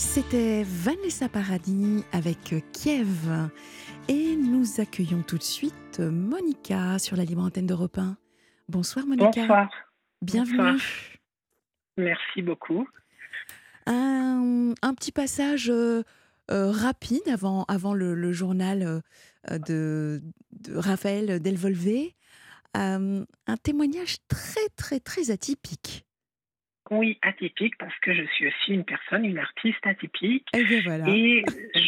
C'était Vanessa Paradis avec Kiev. Et nous accueillons tout de suite Monica sur la libre antenne d'Europe 1. Bonsoir Monica. Bonsoir. Bonsoir. Bienvenue. Merci beaucoup. Un petit passage rapide avant le journal de Raphaël Delvolvé. Un témoignage très très très atypique. Oui, atypique parce que je suis aussi une artiste atypique Et bien voilà. et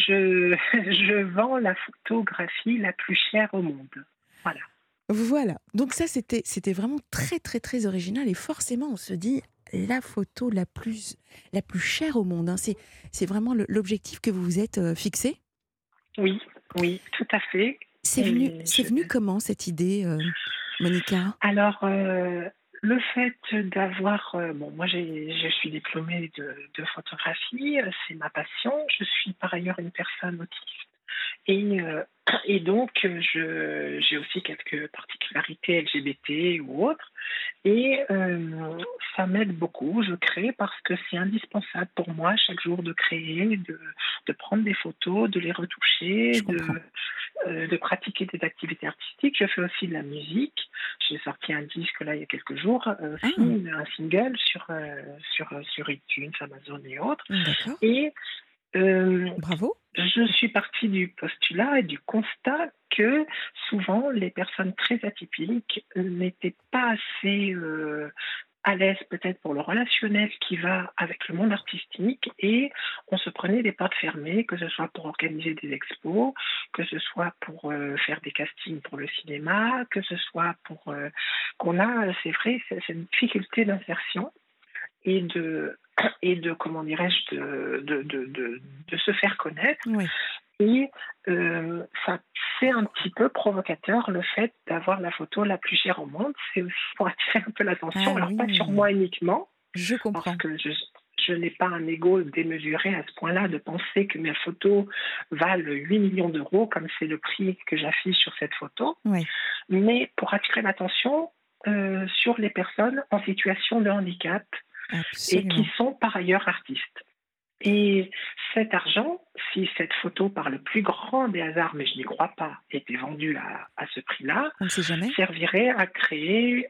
je vends la photographie la plus chère au monde. Voilà. Voilà, donc ça c'était vraiment très très très original et forcément on se dit la photo la plus chère au monde, hein. C'est vraiment l'objectif que vous vous êtes fixé. Oui, oui, tout à fait. C'est venu, Et c'est venu comment cette idée, Monica? Alors, le fait d'avoir, bon, moi je suis diplômée de photographie, c'est ma passion. Je suis par ailleurs une personne autiste. Et, euh, et donc, j'ai aussi quelques particularités LGBT ou autres. Et ça m'aide beaucoup, je crée parce que c'est indispensable pour moi chaque jour de créer, de prendre des photos, de les retoucher, Je comprends. de pratiquer des activités artistiques. Je fais aussi de la musique. J'ai sorti un disque là il y a quelques jours, Ah, aussi un single sur iTunes, Amazon et autres. d'accord, Et euh, bravo. je suis partie du postulat et du constat que souvent les personnes très atypiques n'étaient pas assez à l'aise peut-être pour le relationnel qui va avec le monde artistique et on se prenait des portes fermées, que ce soit pour organiser des expos, que ce soit pour faire des castings pour le cinéma, que ce soit pour qu'on a, c'est vrai, cette difficulté d'insertion et de comment dirais-je de se faire connaître Oui. et ça c'est un petit peu provocateur le fait d'avoir la photo la plus chère au monde. C'est aussi pour attirer un peu l'attention, Ah alors pas sur oui, moi uniquement, je parce comprends. que je n'ai pas un ego démesuré à ce point-là de penser que mes photos valent 8 millions d'euros, comme c'est le prix que j'affiche sur cette photo, Oui, mais pour attirer l'attention sur les personnes en situation de handicap et qui absolument. sont par ailleurs artistes. Et cet argent, si cette photo, par le plus grand des hasards, mais je n'y crois pas, était vendue à ce prix-là, On ne sait jamais. servirait à créer,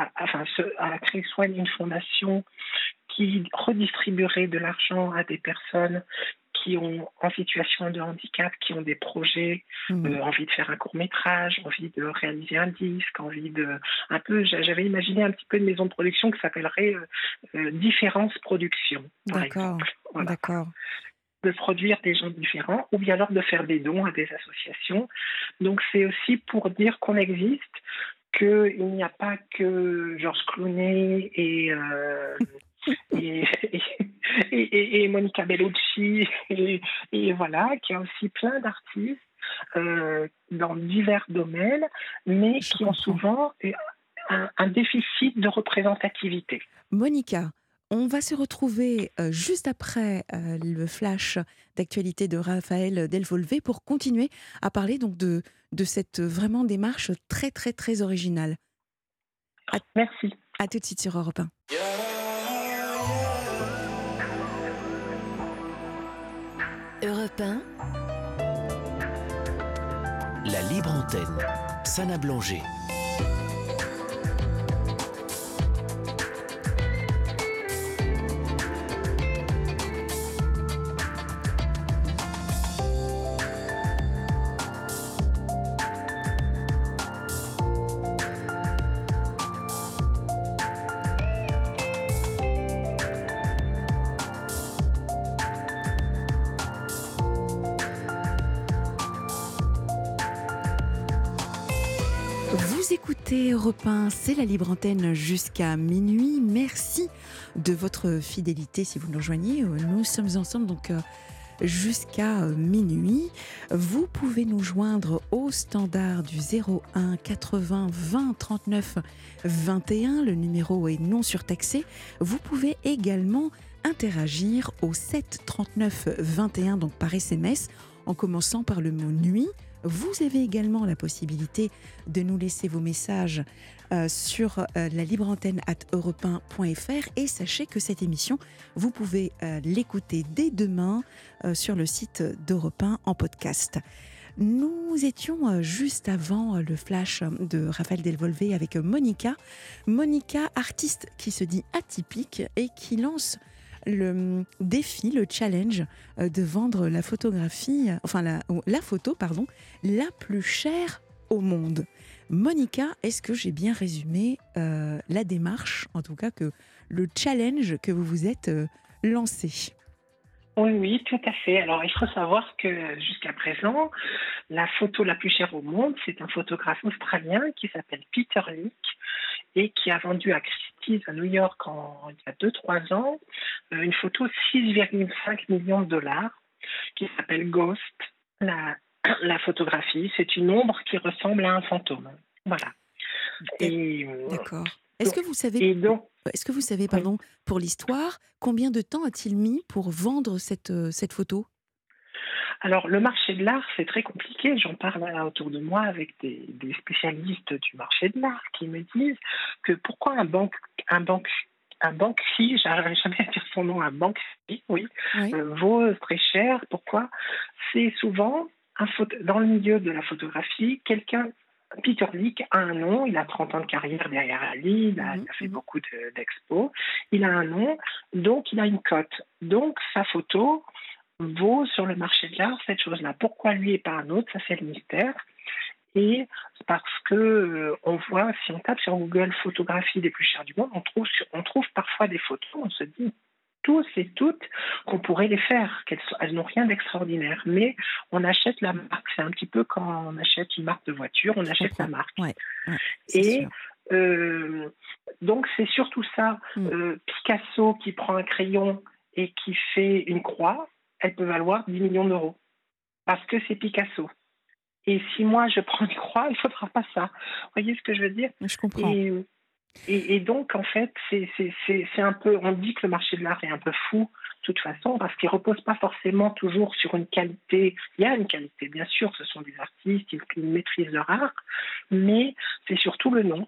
à créer soit une fondation qui redistribuerait de l'argent à des personnes qui ont en situation de handicap, qui ont des projets, Mhm. envie de faire un court métrage, envie de réaliser un disque, envie de un peu. J'avais imaginé un petit peu une maison de production qui s'appellerait Différence Production, par D'accord, exemple. Voilà, d'accord. de produire des gens différents, ou bien alors de faire des dons à des associations. Donc c'est aussi pour dire qu'on existe, qu'il n'y a pas que Georges Clooney et, et Monica Bellucci, et voilà, qu'il y a aussi plein d'artistes dans divers domaines, mais Je qui ont comprends. souvent un déficit de représentativité. Monica, on va se retrouver juste après le flash d'actualité de Raphaël Delvolvé pour continuer à parler donc de cette vraiment démarche très très très originale. À, Merci. à tout de suite sur Europe 1. Europe 1, La libre antenne, Sana Blanger. Vous écoutez Europe 1, c'est la libre antenne jusqu'à minuit. Merci de votre fidélité si vous nous rejoignez. Nous sommes ensemble donc jusqu'à minuit. Vous pouvez nous joindre au standard du 01 80 20 39 21. Le numéro est non surtaxé. Vous pouvez également interagir au 7 39 21, donc par SMS, en commençant par le mot nuit. Vous avez également la possibilité de nous laisser vos messages sur la libre antenne @europe1.fr et sachez que cette émission, vous pouvez l'écouter dès demain sur le site d'Europe 1 en podcast. Nous étions juste avant le flash de Raphaël Delvolvé avec Monica. Monica, artiste qui se dit atypique et qui lance le défi, le challenge de vendre la photographie, enfin la photo, pardon, la plus chère au monde. Monica, est-ce que j'ai bien résumé la démarche, en tout cas que le challenge que vous vous êtes lancé? Oui, oui, tout à fait. Alors, il faut savoir que jusqu'à présent, la photo la plus chère au monde, c'est un photographe australien qui s'appelle Peter Leak et qui a vendu à Christie's à New York il y a 2-3 ans une photo de 6,5 millions de dollars qui s'appelle Ghost. La photographie, c'est une ombre qui ressemble à un fantôme. Voilà. Et, D'accord. Est-ce que vous savez, oui. pardon, pour l'histoire, combien de temps a-t-il mis pour vendre cette photo? Alors, le marché de l'art, c'est très compliqué. J'en parle autour de moi avec des spécialistes du marché de l'art qui me disent que pourquoi un banquier, j'arrive jamais à dire son nom, un banquier, oui, Oui. vaut très cher. Pourquoi? C'est souvent dans le milieu de la photographie, Peter Leak a un nom, il a 30 ans de carrière derrière lui, il a fait beaucoup d'expos, il a un nom, donc il a une cote. Donc sa photo vaut sur le marché de l'art cette chose-là. Pourquoi lui et pas un autre? Ça, c'est le mystère. Et parce que on voit, si on tape sur Google photographie des plus chères du monde, on trouve parfois des photos, on se dit tous et toutes qu'on pourrait les faire, elles n'ont rien d'extraordinaire, mais on achète la marque. C'est un petit peu quand on achète une marque de voiture, on achète la marque. Ouais, c'est Et sûr. donc c'est surtout ça. Picasso qui prend un crayon et qui fait une croix, elle peut valoir 10 millions d'euros parce que c'est Picasso. Et si moi je prends une croix, il ne faudra pas ça. Vous voyez ce que je veux dire? Je comprends. Et donc, en fait, c'est un peu. On dit que le marché de l'art est un peu fou, de toute façon, parce qu'il ne repose pas forcément toujours sur une qualité. Il y a une qualité, bien sûr, ce sont des artistes, ils maîtrisent leur art, mais c'est surtout le nom.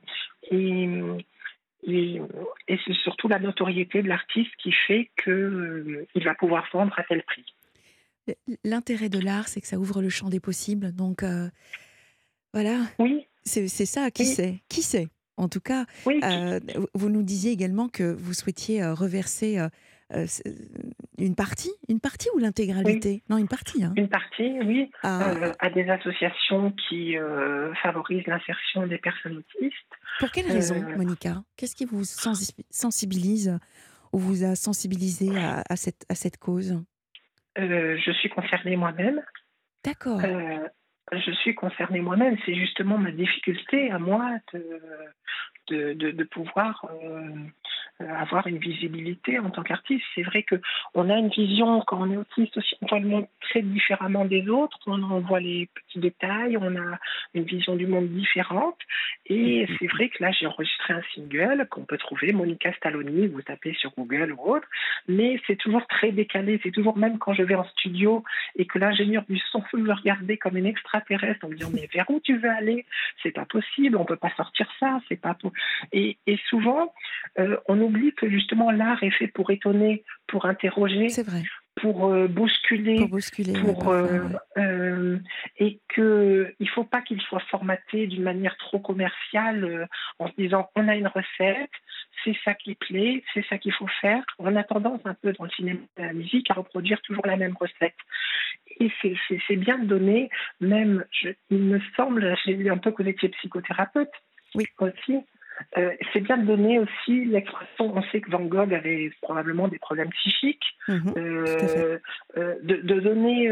Et c'est surtout la notoriété de l'artiste qui fait qu'il va pouvoir vendre à tel prix. L'intérêt de l'art, c'est que ça ouvre le champ des possibles. Donc, voilà, Oui, c'est ça. Qui oui, sait? Qui sait? En tout cas, oui. vous nous disiez également que vous souhaitiez reverser euh, c- une partie ou Oui. l'intégralité? Non, une partie, hein. Une partie, oui, Ah, à des associations qui favorisent l'insertion des personnes autistes. pour quelle raison, Euh, Monica? Qu'est-ce qui vous sensibilise ou vous a sensibilisé à cette cause? je suis concernée moi-même. D'accord. Euh, je suis concernée moi-même. C'est justement ma difficulté à moi de pouvoir avoir une visibilité en tant qu'artiste. C'est vrai qu'on a une vision, quand on est autiste aussi, on voit le monde très différemment des autres, on voit les petits détails, on a une vision du monde différente. Et c'est vrai que là, j'ai enregistré un single qu'on peut trouver, Monica Stalloni, vous tapez sur Google ou autre, mais c'est toujours très décalé. C'est toujours, même quand je vais en studio et que l'ingénieur du son peut me regarder comme une extraterrestre en me disant mais vers où tu veux aller? C'est pas possible, on peut pas sortir ça, c'est pas et souvent on oublie que justement l'art est fait pour étonner, pour interroger, C'est vrai. pour Pour bousculer, bousculer, ouais, pour parfois, ouais. et que il faut pas qu'il soit formaté d'une manière trop commerciale en se disant on a une recette, c'est ça qui plaît, c'est ça qu'il faut faire. On a tendance un peu dans le cinéma et la musique à reproduire toujours la même recette. Et c'est bien de donner, même, il me semble, j'ai lu un peu que vous étiez psychothérapeute Oui. aussi. C'est bien de donner aussi l'expression. On sait que Van Gogh avait probablement des problèmes psychiques. Tout à fait. De donner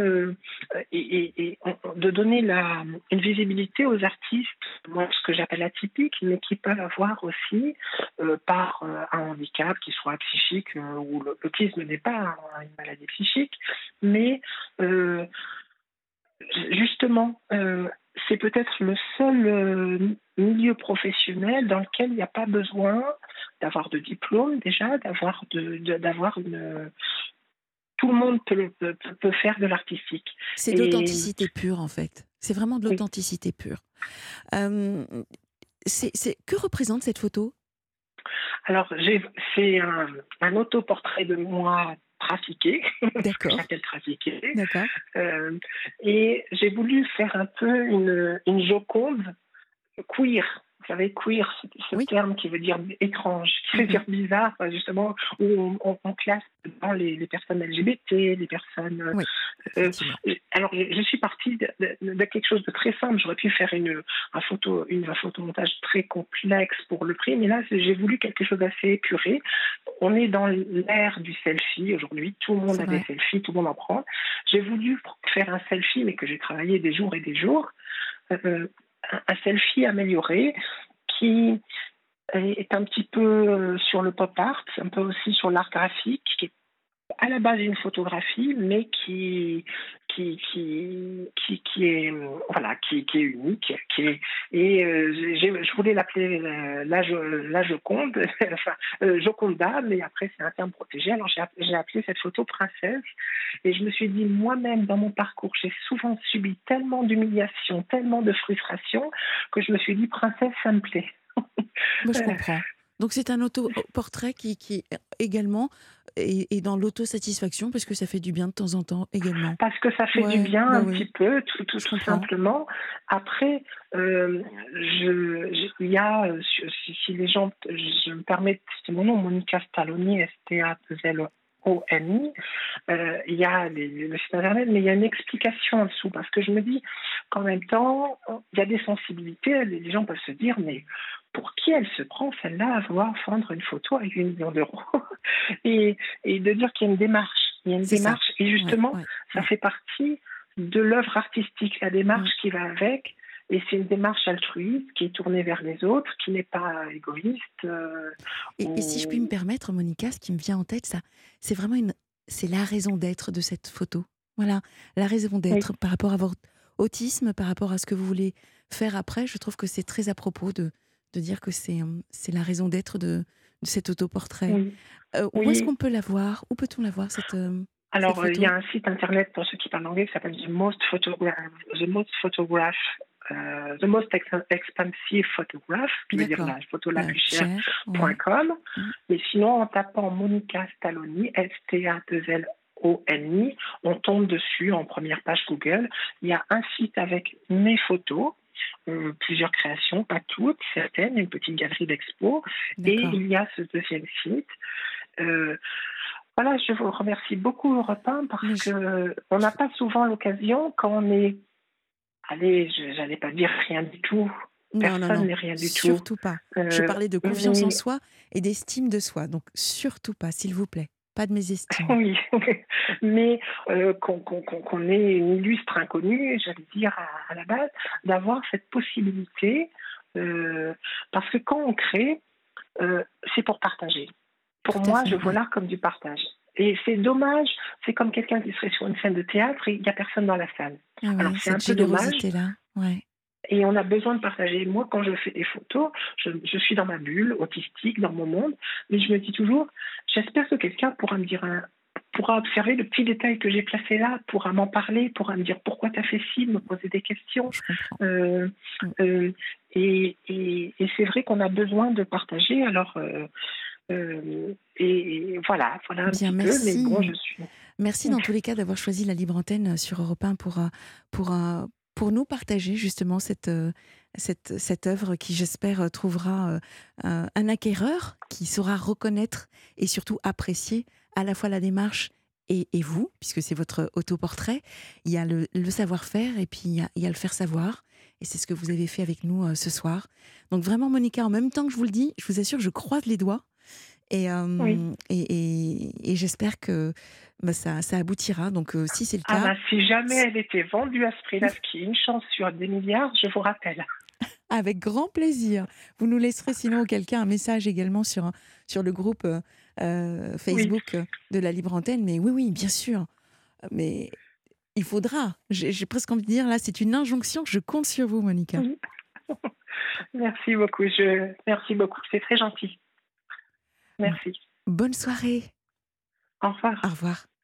de donner une visibilité aux artistes, moi ce que j'appelle atypiques, mais qui peuvent avoir aussi par un handicap, qui soit psychique ou l'autisme n'est pas une maladie psychique, mais justement, c'est peut-être le seul milieu professionnel dans lequel il n'y a pas besoin d'avoir de diplôme déjà, d'avoir une. Tout le monde peut faire de l'artistique. C'est de Et l'authenticité pure, en fait. C'est vraiment de Oui. l'authenticité pure. Euh, que représente cette photo? Alors, c'est un autoportrait de moi trafiqué, ce que D'accord, j'appelle trafiqué. d'accord. Euh, et j'ai voulu faire un peu une Joconde queer. Vous savez, queer, c'est ce Oui. terme qui veut dire étrange, qui veut Mhm. dire bizarre, justement, où on classe dans les personnes LGBT, les personnes. Oui, euh, effectivement. alors, je suis partie de quelque chose de très simple. J'aurais pu faire un photomontage très complexe pour le prix, mais là, j'ai voulu quelque chose d'assez épuré. On est dans l'ère du selfie aujourd'hui. Tout le monde C'est a des vrai. selfies, tout le monde en prend. J'ai voulu faire un selfie, mais que j'ai travaillé des jours et des jours. Euh, un selfie amélioré qui est un petit peu sur le pop art, un peu aussi sur l'art graphique, qui est à la base une photographie, mais qui est voilà, qui est unique, je voulais l'appeler la Joconde, enfin Joconda, mais après c'est un terme protégé. Alors j'ai appelé cette photo princesse, et je me suis dit moi-même dans mon parcours, j'ai souvent subi tellement d'humiliation, tellement de frustration que je me suis dit princesse, ça me plaît. Moi, je comprends. Donc, c'est un autoportrait qui également est dans l'autosatisfaction parce que ça fait du bien de temps en temps également. Parce que ça fait du Ouais, bien bah un oui, petit peu, je tout comprends. simplement. Après, il y a, si les gens, je me permets, c'est mon nom, Monica Stalloni, Staloni. Il y a le site internet, mais il y a une explication en dessous, parce que je me dis qu'en même temps, il y a des sensibilités, les gens peuvent se dire, mais pour qui elle se prend celle-là à vouloir vendre une photo avec 8 millions d'euros et de dire qu'il y a une démarche. Il y a une C'est ça. démarche, et Ouais, justement, ouais, ça ouais, fait partie de l'œuvre artistique, la ouais. démarche qui va avec, et c'est une démarche altruiste qui est tournée vers les autres, qui n'est pas égoïste. Et si je puis me Ou... permettre, Monica, ce qui me vient en tête, ça, c'est vraiment c'est la raison d'être de cette photo. Voilà, la raison Oui, d'être par rapport à votre autisme, par rapport à ce que vous voulez faire après. Je trouve que c'est très à propos de dire que c'est la raison d'être de cet autoportrait. oui, Où est-ce oui. qu'on peut la voir? Où peut-on la voir, cette Alors, il y photo? a un site internet pour ceux qui parlent anglais qui s'appelle The Most Expensive Photograph, qui veut dire D'accord. la photo la plus chère, Cher, ouais. .com. Mm. Mais sinon, en tapant Monica Stalloni, Stalloni, on tombe dessus en première page Google. Il y a un site avec mes photos, plusieurs créations, pas toutes, certaines, une petite galerie d'expo. Et D'accord. il y a ce deuxième site. Euh, voilà, je vous remercie beaucoup Europe 1 parce Mais que on n'a pas souvent l'occasion quand on est, allez, j'allais pas dire rien du tout, non, non, personne non, n'est rien du tout, surtout pas. Je euh, parlais de confiance en mais soi et d'estime de soi, donc surtout pas, s'il vous plaît. Pas de mésestime. oui, mais qu'on ait une illustre inconnue, j'allais dire à la base, d'avoir cette possibilité, parce que quand on crée, c'est pour partager. Pour Tout à moi, je fait, vois ouais. l'art comme du partage. Et c'est dommage, c'est comme quelqu'un qui serait sur une scène de théâtre et il n'y a personne dans la salle. Ah Alors oui, c'est un cette peu dommage générosité-là, ouais. et on a besoin de partager. Moi, quand je fais des photos, je suis dans ma bulle autistique, dans mon monde, mais je me dis toujours, j'espère que quelqu'un pourra me dire pourra observer le petit détail que j'ai placé là, pourra m'en parler, pourra me dire pourquoi tu as fait ci, me poser des questions. Je comprends. Euh, Mm. euh, et c'est vrai qu'on a besoin de partager. Alors, et voilà un Bien, petit peu, mais bon, merci. je suis. Merci dans tous les cas d'avoir choisi la libre antenne sur Europe 1 pour, pour nous partager justement cette œuvre qui, j'espère, trouvera un acquéreur qui saura reconnaître et surtout apprécier à la fois la démarche et vous, puisque c'est votre autoportrait. Il y a le savoir-faire et puis il y a le faire savoir. Et c'est ce que vous avez fait avec nous ce soir. Donc vraiment, Monica, en même temps que je vous le dis, je vous assure, je croise les doigts. Et, Oui. et j'espère que bah, ça aboutira. Donc, si c'est le Ah cas, ben, si jamais elle était vendue à ce prix-là, ce qui est une chance sur des milliards, je vous rappelle. avec grand plaisir. Vous nous laisserez sinon auquel cas un message également sur le groupe Oui. Facebook de la Libre Antenne. Mais oui, oui, bien sûr. Mais il faudra. J'ai presque envie de dire, là, c'est une injonction. Je compte sur vous, Monica. Oui. Merci beaucoup. Merci beaucoup. C'est très gentil. Merci. Bonne soirée. Au revoir. Au revoir.